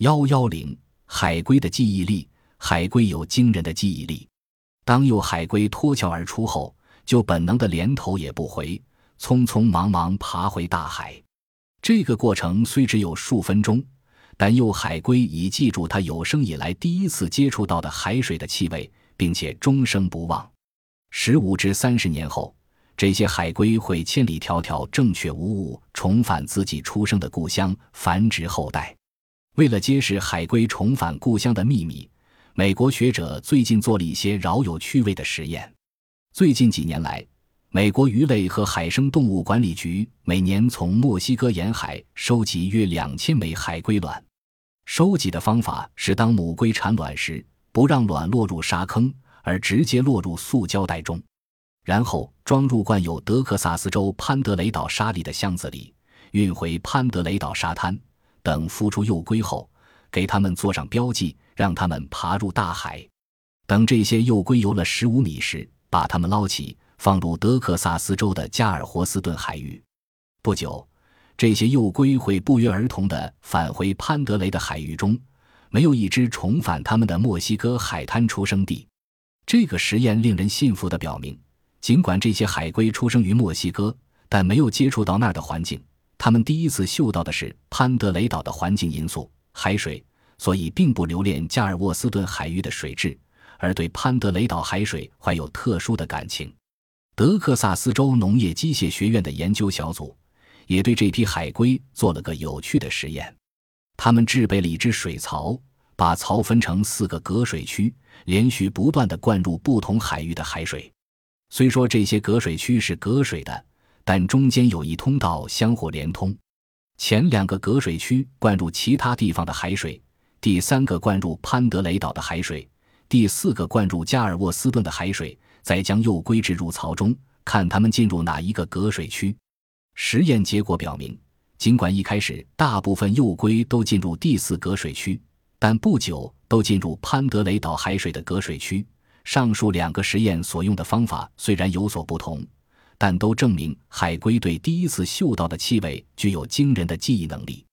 110海龟的记忆力。海龟有惊人的记忆力，当幼海龟脱壳而出后，就本能的连头也不回，匆匆忙忙爬回大海。这个过程虽只有数分钟，但幼海龟已记住它有生以来第一次接触到的海水的气味，并且终生不忘。15至30年后，这些海龟会千里迢迢正确无误重返自己出生的故乡，繁殖后代。为了揭示海龟重返故乡的秘密，美国学者最近做了一些饶有趣味的实验。最近几年来，美国鱼类和海生动物管理局每年从墨西哥沿海收集约2000枚海龟卵。收集的方法是当母龟产卵时，不让卵落入沙坑，而直接落入塑胶袋中，然后装入灌有德克萨斯州潘德雷岛沙粒的箱子里，运回潘德雷岛沙滩。等孵出幼龟后，给它们做上标记，让它们爬入大海。等这些幼龟游了15米时，把它们捞起，放入德克萨斯州的加尔活斯顿海域。不久，这些幼龟会不约而同地返回潘德雷的海域中，没有一只重返他们的墨西哥海滩出生地。这个实验令人信服地表明，尽管这些海龟出生于墨西哥，但没有接触到那儿的环境，它们第一次嗅到的是潘德雷岛的环境因素海水，所以并不留恋加尔沃斯顿海域的水质，而对潘德雷岛海水怀有特殊的感情。德克萨斯州农业机械学院的研究小组也对这批海龟做了个有趣的实验。他们制备了一只水槽，把槽分成4个隔水区，连续不断地灌入不同海域的海水。虽说这些隔水区是隔水的，但中间有一通道相互连通。前2个隔水区灌入其他地方的海水，第3个灌入潘德雷岛的海水，第4个灌入加尔沃斯顿的海水，再将幼龟置入槽中，看它们进入哪一个隔水区。实验结果表明，尽管一开始大部分幼龟都进入第4隔水区，但不久都进入潘德雷岛海水的隔水区。上述2个实验所用的方法虽然有所不同，但都证明海龟对第一次嗅到的气味具有惊人的记忆能力。